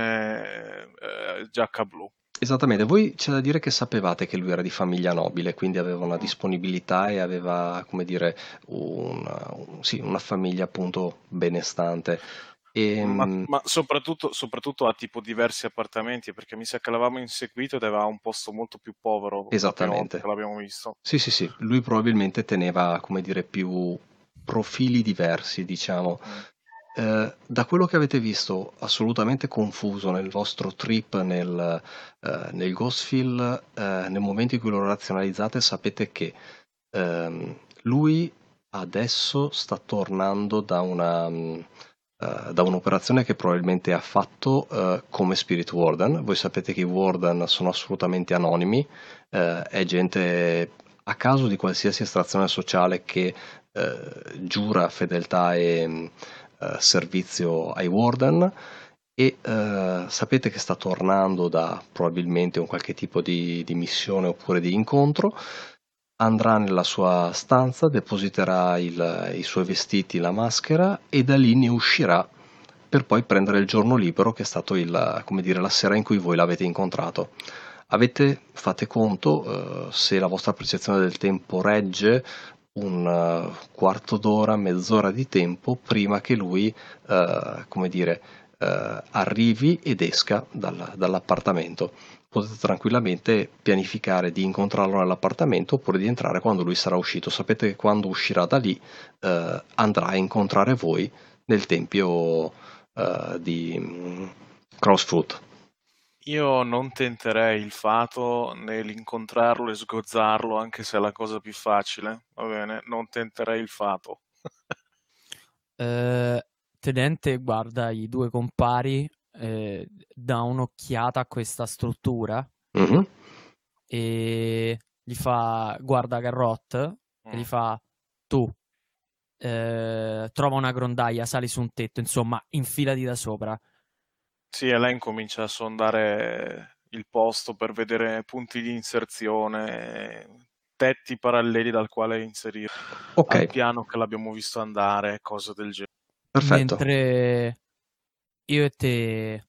comune eh, giacca blu. Esattamente, voi c'è da dire che sapevate che lui era di famiglia nobile, quindi aveva una Mm. disponibilità e aveva, come dire, una, un- sì, una famiglia appunto benestante. E, Ma, mm, ma soprattutto, soprattutto ha tipo diversi appartamenti, perché mi sa che l'avevamo inseguito ed aveva un posto molto più povero la prima volta che esattamente. l'abbiamo visto. Sì, sì, sì, lui probabilmente teneva, come dire, più profili diversi, diciamo. Mm. Eh, da quello che avete visto, assolutamente confuso nel vostro trip nel, eh, nel Ghostfield, eh, nel momento in cui lo razionalizzate, sapete che ehm, lui adesso sta tornando da una, mm, eh, da un'operazione che probabilmente ha fatto eh, come Spirit Warden. Voi sapete che i Warden sono assolutamente anonimi, eh, è gente a caso di qualsiasi estrazione sociale che eh, giura fedeltà e mm, eh, servizio ai Warden e eh, sapete che sta tornando da probabilmente un qualche tipo di, di missione oppure di incontro, andrà nella sua stanza, depositerà il- i suoi vestiti, la maschera e da lì ne uscirà per poi prendere il giorno libero che è stato il, come dire, la sera in cui voi l'avete incontrato. Avete, fate conto, eh, se la vostra percezione del tempo regge, un uh, quarto d'ora, mezz'ora di tempo prima che lui, uh, come dire, uh, arrivi ed esca dal, dall'appartamento. Potete tranquillamente pianificare di incontrarlo nell'appartamento oppure di entrare quando lui sarà uscito. Sapete che quando uscirà da lì uh, andrà a incontrare voi nel tempio uh, di um, Crossfoot. Io non tenterei il fato nell'incontrarlo e sgozzarlo, anche se è la cosa più facile, va bene? Non tenterei il fato. Eh, Tenente guarda i due compari, eh, dà un'occhiata a questa struttura Mhm. e gli fa, guarda Garrot e Mm. gli fa, tu eh, trova una grondaia, sali su un tetto, insomma, infilati da sopra. Sì, e lei incomincia a sondare il posto per vedere punti di inserzione, tetti paralleli dal quale inserire Ok, al piano che l'abbiamo visto andare, cose del genere. perfetto. Mentre io e te,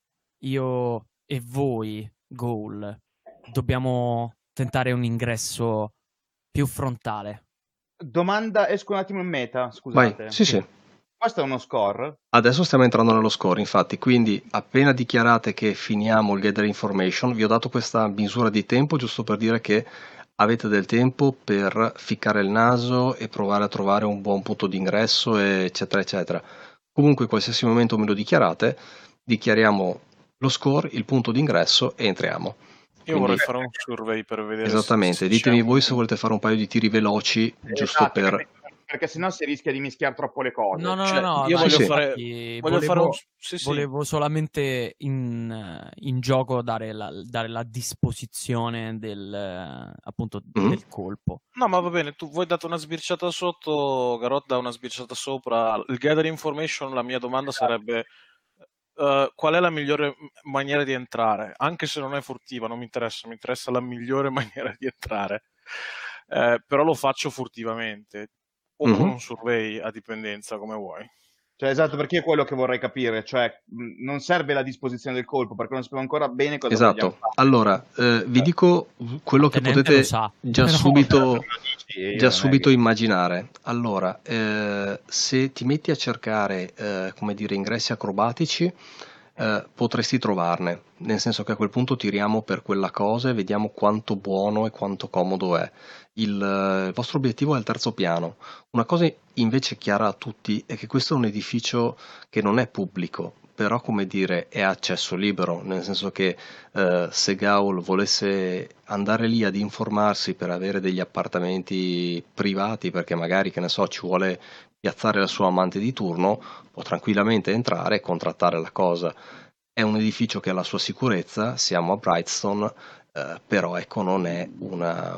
io e voi, Goal, dobbiamo tentare un ingresso più frontale. Domanda, esco un attimo in meta, Vai, scusate. sì, sì. Questo è uno score? Adesso stiamo entrando nello score, infatti, quindi appena dichiarate che finiamo il gather information, vi ho dato questa misura di tempo giusto per dire che avete del tempo per ficcare il naso e provare a trovare un buon punto d'ingresso, eccetera, eccetera. Comunque, in qualsiasi momento me lo dichiarate, dichiariamo lo score, il punto d'ingresso e entriamo. Io Quindi, vorrei fare un survey per vedere se- esattamente, se c'è ditemi voi un- se volete fare un paio di tiri veloci, giusto Esatto, per... perché, perché sennò si rischia di mischiare troppo le cose. No, no, no, Cioè, no, io ma voglio sì. fare, infatti voglio fare volevo, un... Sì, sì. volevo solamente in, in gioco dare la, dare la disposizione del, eh, appunto, Mhm. del colpo. No, ma va bene, tu vuoi dare una sbirciata sotto, Garot dà una sbirciata sopra. Il gather information, la mia domanda sarebbe eh, qual è la migliore m- maniera di entrare? Anche se non è furtiva, non mi interessa, mi interessa la migliore maniera di entrare. Eh, però lo faccio furtivamente o con Mhm. un survey a dipendenza, come vuoi. Cioè, esatto, perché è quello che vorrei capire, cioè, mh, non serve la disposizione del colpo, perché non sappiamo ancora bene cosa vogliamo Esatto. fare. Allora, eh, vi dico quello Il che tenente potete lo sa, già però- subito, Sì, io già non è subito che- immaginare. Allora, eh, se ti metti a cercare, eh, come dire, ingressi acrobatici, eh, potresti trovarne, nel senso che a quel punto tiriamo per quella cosa e vediamo quanto buono e quanto comodo è. Il, eh, il vostro obiettivo è il terzo piano. Una cosa invece chiara a tutti è che questo è un edificio che non è pubblico, però come dire è a accesso libero, nel senso che eh, se Gaul volesse andare lì ad informarsi per avere degli appartamenti privati, perché magari, che ne so, ci vuole piazzare la sua amante di turno, può tranquillamente entrare e contrattare la cosa. È un edificio che ha la sua sicurezza, siamo a Brightstone, eh, però ecco non è una,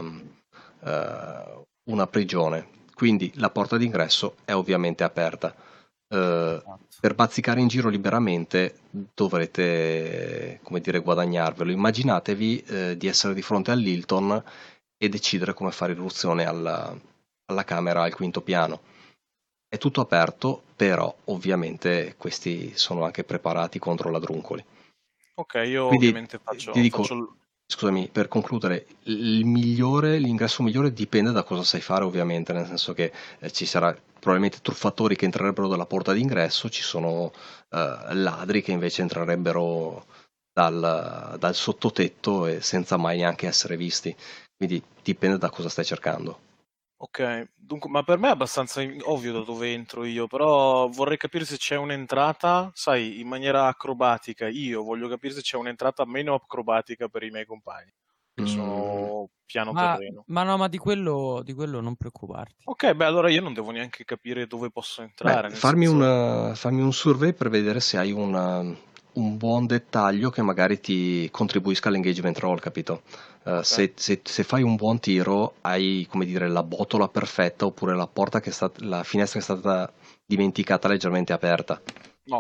eh, una prigione, quindi la porta d'ingresso è ovviamente aperta. Eh, per bazzicare in giro liberamente dovrete, come dire, guadagnarvelo. Immaginatevi eh, di essere di fronte all'Hilton e decidere come fare irruzione alla, alla camera al quinto piano. È tutto aperto, però ovviamente questi sono anche preparati contro ladruncoli. Ok, io Quindi ovviamente faccio, ti dico, faccio il- scusami, per concludere, il migliore, l'ingresso migliore dipende da cosa sai fare, ovviamente, nel senso che eh, ci sarà probabilmente truffatori che entrerebbero dalla porta d'ingresso, ci sono eh, ladri che invece entrerebbero dal, dal sottotetto e senza mai neanche essere visti. Quindi dipende da cosa stai cercando. Ok, dunque, ma per me è abbastanza in- ovvio da dove entro io, però vorrei capire se c'è un'entrata, sai, in maniera acrobatica. Io voglio capire se c'è un'entrata meno acrobatica per i miei compagni, che Mm. sono piano Ma, terreno. ma no, ma di quello, di quello non preoccuparti. Ok, beh, allora io non devo neanche capire dove posso Beh, entrare, nel farmi, senso... una- fammi un survey per vedere se hai una- un buon dettaglio che magari ti contribuisca all'engagement roll, capito? Eh, Ok. se, se- se fai un buon tiro, hai, come dire, la botola perfetta oppure la porta che è stata, la finestra che è stata dimenticata leggermente aperta. No,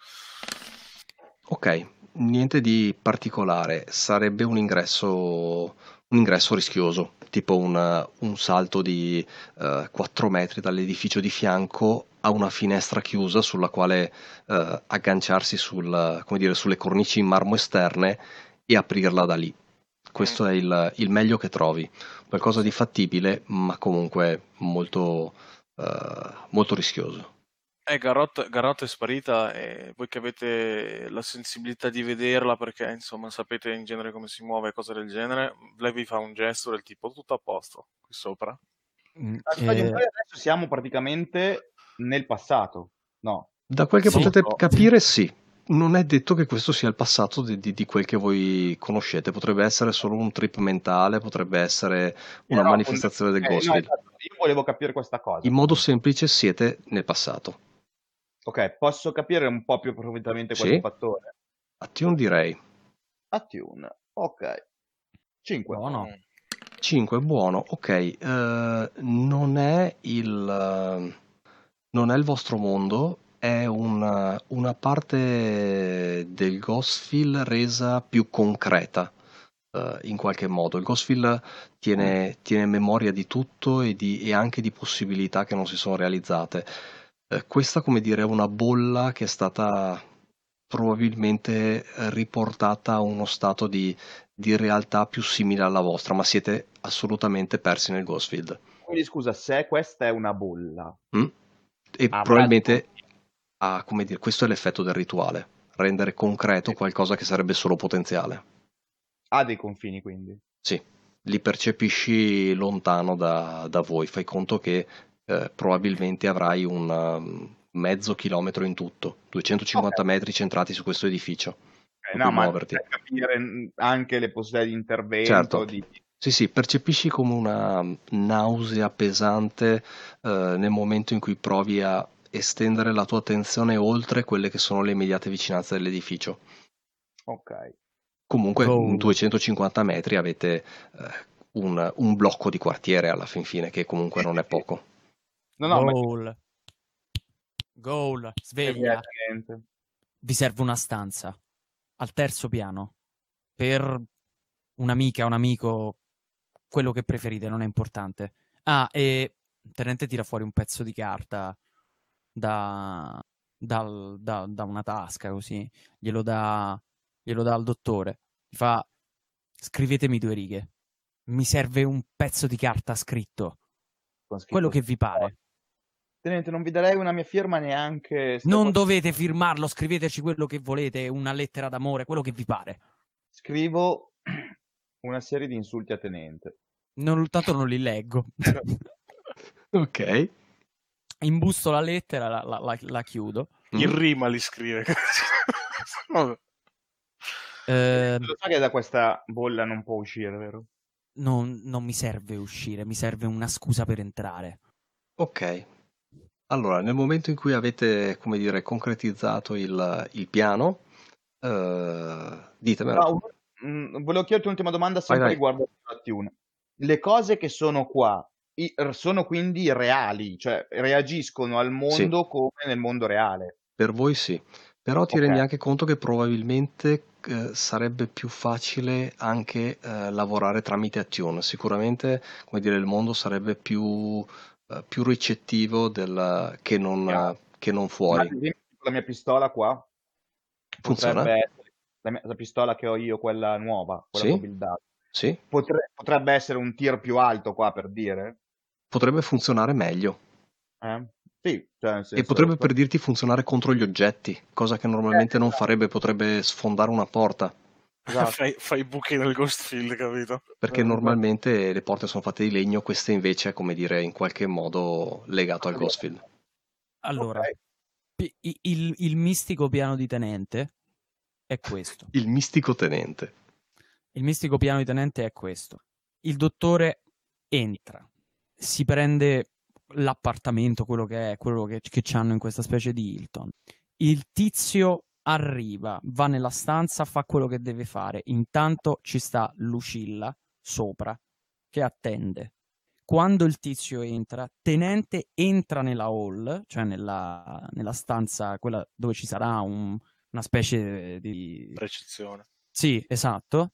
Ok, niente di particolare, sarebbe un ingresso, un ingresso rischioso, tipo un, un salto di eh, quattro metri dall'edificio di fianco a una finestra chiusa sulla quale eh, agganciarsi sul, come dire, sulle cornici in marmo esterne e aprirla da lì. Questo è il, il meglio che trovi, qualcosa di fattibile, ma comunque molto, eh, molto rischioso. Eh, Garrot, Garrot è sparita e voi che avete la sensibilità di vederla perché insomma sapete in genere come si muove e cose del genere, lei vi fa un gesto del tipo tutto a posto qui sopra. Mm, Aspetta, eh, noi adesso siamo praticamente nel passato, no? Da quel che Sì. potete No. capire, sì. Non è detto che questo sia il passato di, di- di quel che voi conoscete. Potrebbe essere solo un trip mentale, potrebbe essere una Però, manifestazione del eh, Ghost no, Speed. esatto, io volevo capire questa cosa. In modo semplice siete nel passato. Ok, posso capire un po' più approfonditamente Sì. questo fattore? Attune direi. Attune, ok. cinque. Buono. cinque, buono. Ok, eh, non è il eh, non è il vostro mondo, è una, una parte del Ghostfield resa più concreta, eh, in qualche modo. Il Ghostfield tiene, tiene memoria di tutto e, di- e anche di possibilità che non si sono realizzate. Eh, questa, come dire, è una bolla che è stata probabilmente eh, riportata a uno stato di, di realtà più simile alla vostra, ma siete assolutamente persi nel Ghostfield. Quindi scusa, se questa è una bolla, Mm? E avrà probabilmente dei- ha, come dire, questo è l'effetto del rituale, rendere concreto qualcosa che sarebbe solo potenziale. ha dei confini, quindi. Sì, li percepisci lontano da, da voi, fai conto che eh, probabilmente avrai un um, mezzo chilometro in tutto, duecentocinquanta Ok. metri centrati su questo edificio Ok, in no, cui ma muoverti. per capire mh, anche le possibilità di intervento, Certo, di... sì, sì, percepisci come una nausea pesante eh, nel momento in cui provi a estendere la tua attenzione oltre quelle che sono le immediate vicinanze dell'edificio. Ok. Comunque, in Goal. duecentocinquanta metri avete eh, un, un blocco di quartiere alla fin fine, che comunque Sì, non sì, è sì. poco. No, no, ma Goal. Goal. Sveglia. evidentemente. Vi serve una stanza al terzo piano per un'amica, un amico, quello che preferite, non è importante. Ah, e Tenente tira fuori un pezzo di carta da, dal- da- da una tasca, così. Glielo dà, glielo dà al dottore. Gli fa, scrivetemi due righe. Mi serve un pezzo di carta scritto. Con Quello scritto che vi pare. Tenente, non vi darei una mia firma neanche... se Non posso- dovete firmarlo, scriveteci quello che volete, una lettera d'amore, quello che vi pare. Scrivo una serie di insulti a Tenente. Non, tanto non li leggo. Ok. Imbusto la lettera, la, la- la- la chiudo. In Mm. rima li scrive. Vabbè. Eh, Lo sa che da questa bolla non può uscire, vero? non, non mi serve uscire, mi serve una scusa per entrare. Ok. Allora, nel momento in cui avete, come dire, concretizzato il, il piano, eh, ditemelo. No, mm, volevo chiederti un'ultima domanda Vai, sempre vai. riguardo Attune. Le cose che sono qua i- sono quindi reali, cioè reagiscono al Sì. mondo come nel mondo reale. Per voi sì, però ti Ok. rendi anche conto che probabilmente eh, sarebbe più facile anche eh, lavorare tramite Attune. Sicuramente, come dire, il mondo sarebbe più, eh, più ricettivo del, che, non, Chiaro. eh, che non Ma fuori. ad esempio la mia pistola qua Funziona? potrebbe essere la, mia- la pistola che ho io, quella nuova, quella che ho Sì? buildato. Sì? Potre- potrebbe essere un tir più alto qua, per dire? Potrebbe funzionare meglio. Eh? Sì, cioè nel E senso... potrebbe per dirti funzionare contro gli oggetti, cosa che normalmente Eh, non esatto, farebbe, potrebbe sfondare una porta. esatto. fai, fai buchi nel Ghostfield, capito? Perché Eh, normalmente le porte sono fatte di legno, queste invece è, come dire, in qualche modo legato al Ghostfield. Allora, Ok. pi- i- il, il mistico piano di Tenente è questo. Il mistico tenente. Il mistico piano di Tenente è questo. Il dottore entra, si prende l'appartamento, quello che è, quello che, che c'hanno in questa specie di Hilton. Il tizio arriva, va nella stanza, fa quello che deve fare. Intanto ci sta Lucilla sopra che attende. Quando il tizio entra, Tenente entra nella hall, cioè nella, nella stanza, quella dove ci sarà un- una specie di... Precizione. Sì, esatto.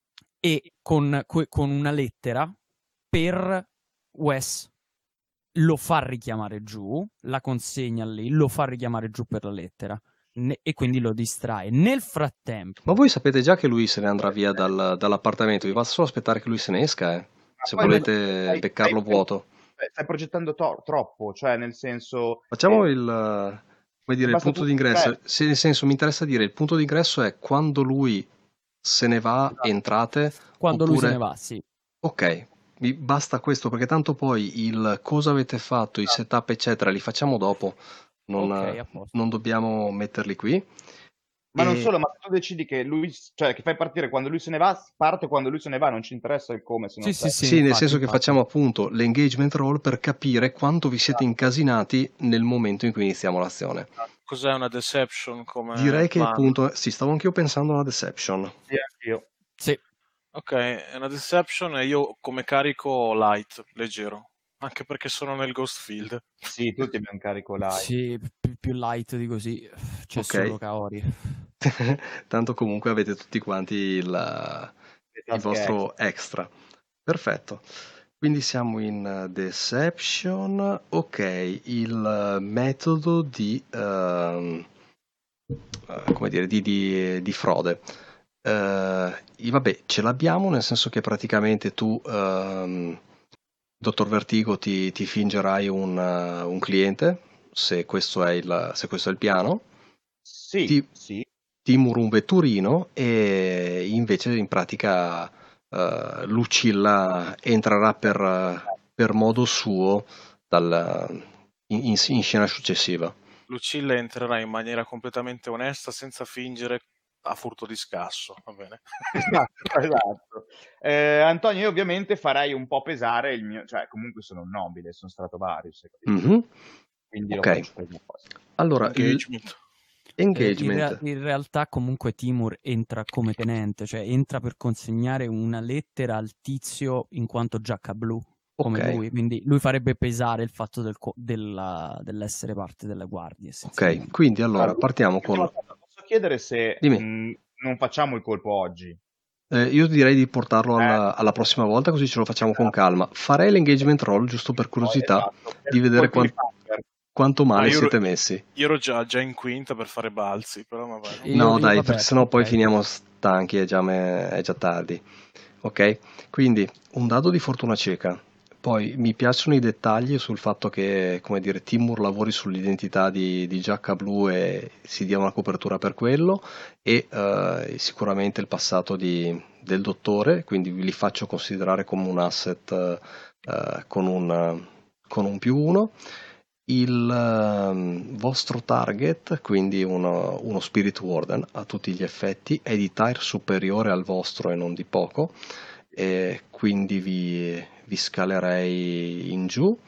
E con, que- con una lettera per Wes lo fa richiamare giù, la consegna lì, lo fa richiamare giù per la lettera ne- e quindi lo distrae. Nel frattempo, Ma voi sapete già che lui se ne andrà via dal- dall'appartamento, vi basta solo aspettare che lui se ne esca, eh. Ma Se poi volete stai- beccarlo stai- vuoto. Stai progettando to- troppo, cioè nel senso... Facciamo eh, il, come dire, il basta punto tutto d'ingresso. presto. Se, nel senso, mi interessa dire, il punto d'ingresso è quando lui se ne va, entrate, quando lui se oppure... ne va, sì. Ok, mi basta questo, perché tanto poi il cosa avete fatto, i setup, eccetera, li facciamo dopo. Non, Ok, a posto. non dobbiamo metterli qui. Ma non E- solo, ma tu decidi che lui, cioè che fai partire quando lui se ne va, parte quando lui se ne va, non ci interessa il come se non Sì, sì, sei. sì, Sì, nel infatti, senso che infatti. facciamo appunto l'engagement roll per capire quanto vi siete incasinati nel momento in cui iniziamo l'azione. Cos'è una deception come Direi che plan? appunto, sì, stavo anch'io pensando alla deception. Sì, anch'io. Sì, Ok, è una deception e io come carico light, leggero. Anche perché sono nel ghost field. Sì, tutti abbiamo carico live. sì, più, più light di così. C'è Ok. solo Kaori. Tanto comunque avete tutti quanti il, il task vostro extra. Perfetto. Quindi siamo in uh, deception. Ok, il uh, metodo di, ehm, eh, come dire, di, di- di frode. Eh, e vabbè, ce l'abbiamo nel senso che praticamente tu, ehm, dottor Vertigo, ti, ti fingerai un, uh, un cliente, se questo è il, se questo è il piano. Sì, Ti, sì. Timur un vetturino e invece in pratica eh, Lucilla entrerà per, per modo suo dal, in, in- in scena successiva. Lucilla entrerà in maniera completamente onesta senza fingere a furto di scasso, va bene? Esatto, esatto. Eh, Antonio, io ovviamente farei un po' pesare il mio, cioè comunque sono un nobile, sono Stratovarius, hai capito? Mhm. Quindi lo Ok, faccio pesare. allora il Engagement. Eh, in, engagement. rea- in realtà comunque Timur entra come tenente, cioè entra per consegnare una lettera al tizio in quanto giacca blu, come Ok. lui, quindi lui farebbe pesare il fatto del co- della- dell'essere parte delle guardie, Ok, essenzialmente. quindi allora Allora, partiamo l'ultima con... cosa, posso chiedere se Dimmi. mh, non facciamo il colpo oggi? Eh, io direi di portarlo Eh, alla, alla prossima volta così ce lo facciamo con esatto. calma. Farei l'engagement roll giusto per curiosità Esatto, di per vedere col quan- cliffhanger. quanto male Ah, io ero, siete messi. io ero già, già in quinta per fare balzi, però vabbè. E No, io, io- dai, vabbè, perché sennò poi ok. finiamo stanchi, è già, me- è già tardi. Ok? Quindi un dado di fortuna cieca. Poi mi piacciono i dettagli sul fatto che, come dire, Timur lavori sull'identità di, di Giacca Blu e si dia una copertura per quello e eh, sicuramente il passato di- del dottore, quindi li faccio considerare come un asset eh, con un, con un più uno. Il ehm, vostro target, quindi uno, uno Spirit Warden a tutti gli effetti, è di tire superiore al vostro e non di poco, e quindi vi, vi scalerei in giù.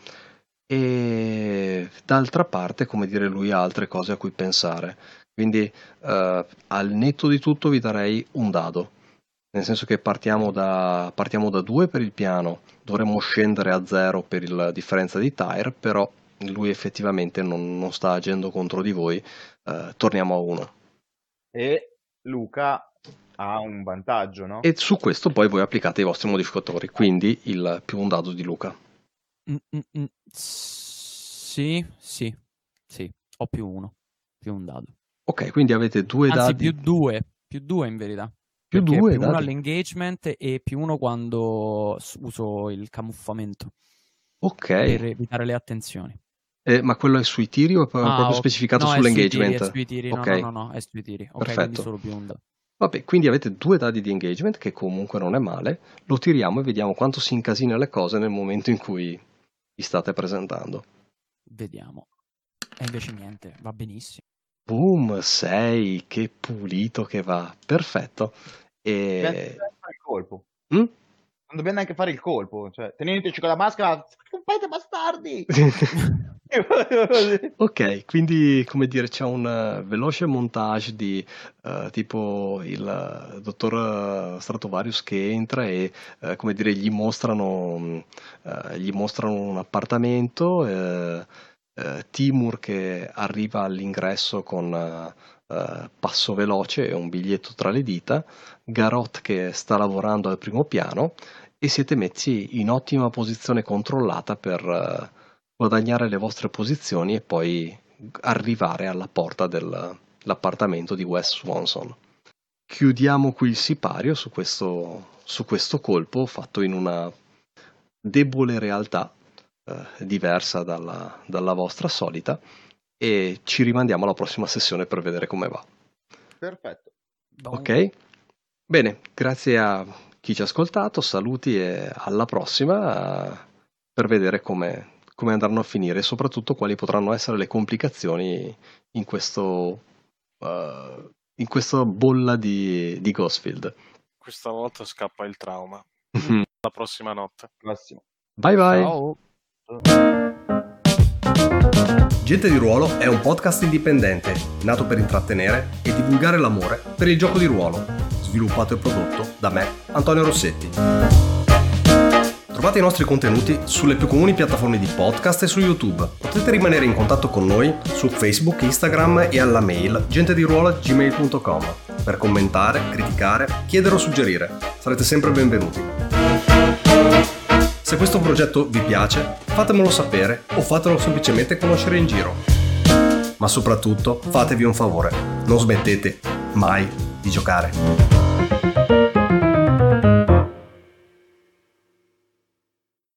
E d'altra parte, come dire, lui ha altre cose a cui pensare. Quindi eh, al netto di tutto vi darei un dado. Nel senso che partiamo da, partiamo da due per il piano, dovremmo scendere a zero per la differenza di tire, però lui effettivamente non, non sta agendo contro di voi, eh, torniamo a uno. E Luca ha un vantaggio, no? E su questo poi voi applicate i vostri modificatori, quindi il più un dado di Luca. Mm, mm, mm. Sì, sì, sì, ho più uno, più un dado. Ok, quindi avete due Anzi, dadi. più due, più due in verità. Più Perché due più uno dadi. all'engagement e più uno quando s- uso il camuffamento Ok, per evitare le attenzioni. Eh, ma quello è sui tiri o è proprio Ah, ok. specificato No, è sui tiri, è sull'engagement? sui tiri. No, Ok, no, no, no, è sui tiri. Ok, quindi perfetto. solo più un dado. Vabbè, quindi avete due dadi di engagement, che comunque non è male. Lo tiriamo e vediamo quanto si incasina le cose nel momento in cui vi state presentando. Vediamo. E invece niente, va benissimo. Boom, sei, che pulito che va. Perfetto. Dobbiamo E... fare il colpo. Mm? Non dobbiamo neanche fare il colpo. Cioè, teneteci con la maschera, non fate bastardi! Ok, quindi come dire c'è un eh, veloce montage di eh, tipo il eh, dottor eh, Stratovarius che entra e eh, come dire gli mostrano, mh, eh, gli mostrano un appartamento, eh, eh, Timur che arriva all'ingresso con eh, eh, passo veloce e un biglietto tra le dita, Garot che sta lavorando al primo piano e siete messi in ottima posizione controllata per eh, guadagnare le vostre posizioni e poi arrivare alla porta dell'appartamento di Wes Swanson. Chiudiamo qui il sipario su questo, su questo colpo fatto in una debole realtà eh, diversa dalla, dalla vostra solita e ci rimandiamo alla prossima sessione per vedere come va. Perfetto. Ok? Bene, grazie a chi ci ha ascoltato, saluti e alla prossima eh, per vedere come, come andranno a finire e soprattutto quali potranno essere le complicazioni in questo, eh, in questa bolla di, di Ghostfield. Questa volta scappa il trauma. La prossima notte. Prossimo. Bye bye. Ciao. Gente di Ruolo è un podcast indipendente, nato per intrattenere e divulgare l'amore per il gioco di ruolo, sviluppato e prodotto da me, Antonio Rossetti. Trovate i nostri contenuti sulle più comuni piattaforme di podcast e su YouTube. Potete rimanere in contatto con noi su Facebook, Instagram e alla mail gentediruolo at gmail punto com per commentare, criticare, chiedere o suggerire. Sarete sempre benvenuti. Se questo progetto vi piace, fatemelo sapere o fatelo semplicemente conoscere in giro. Ma soprattutto, fatevi un favore, non smettete mai di giocare.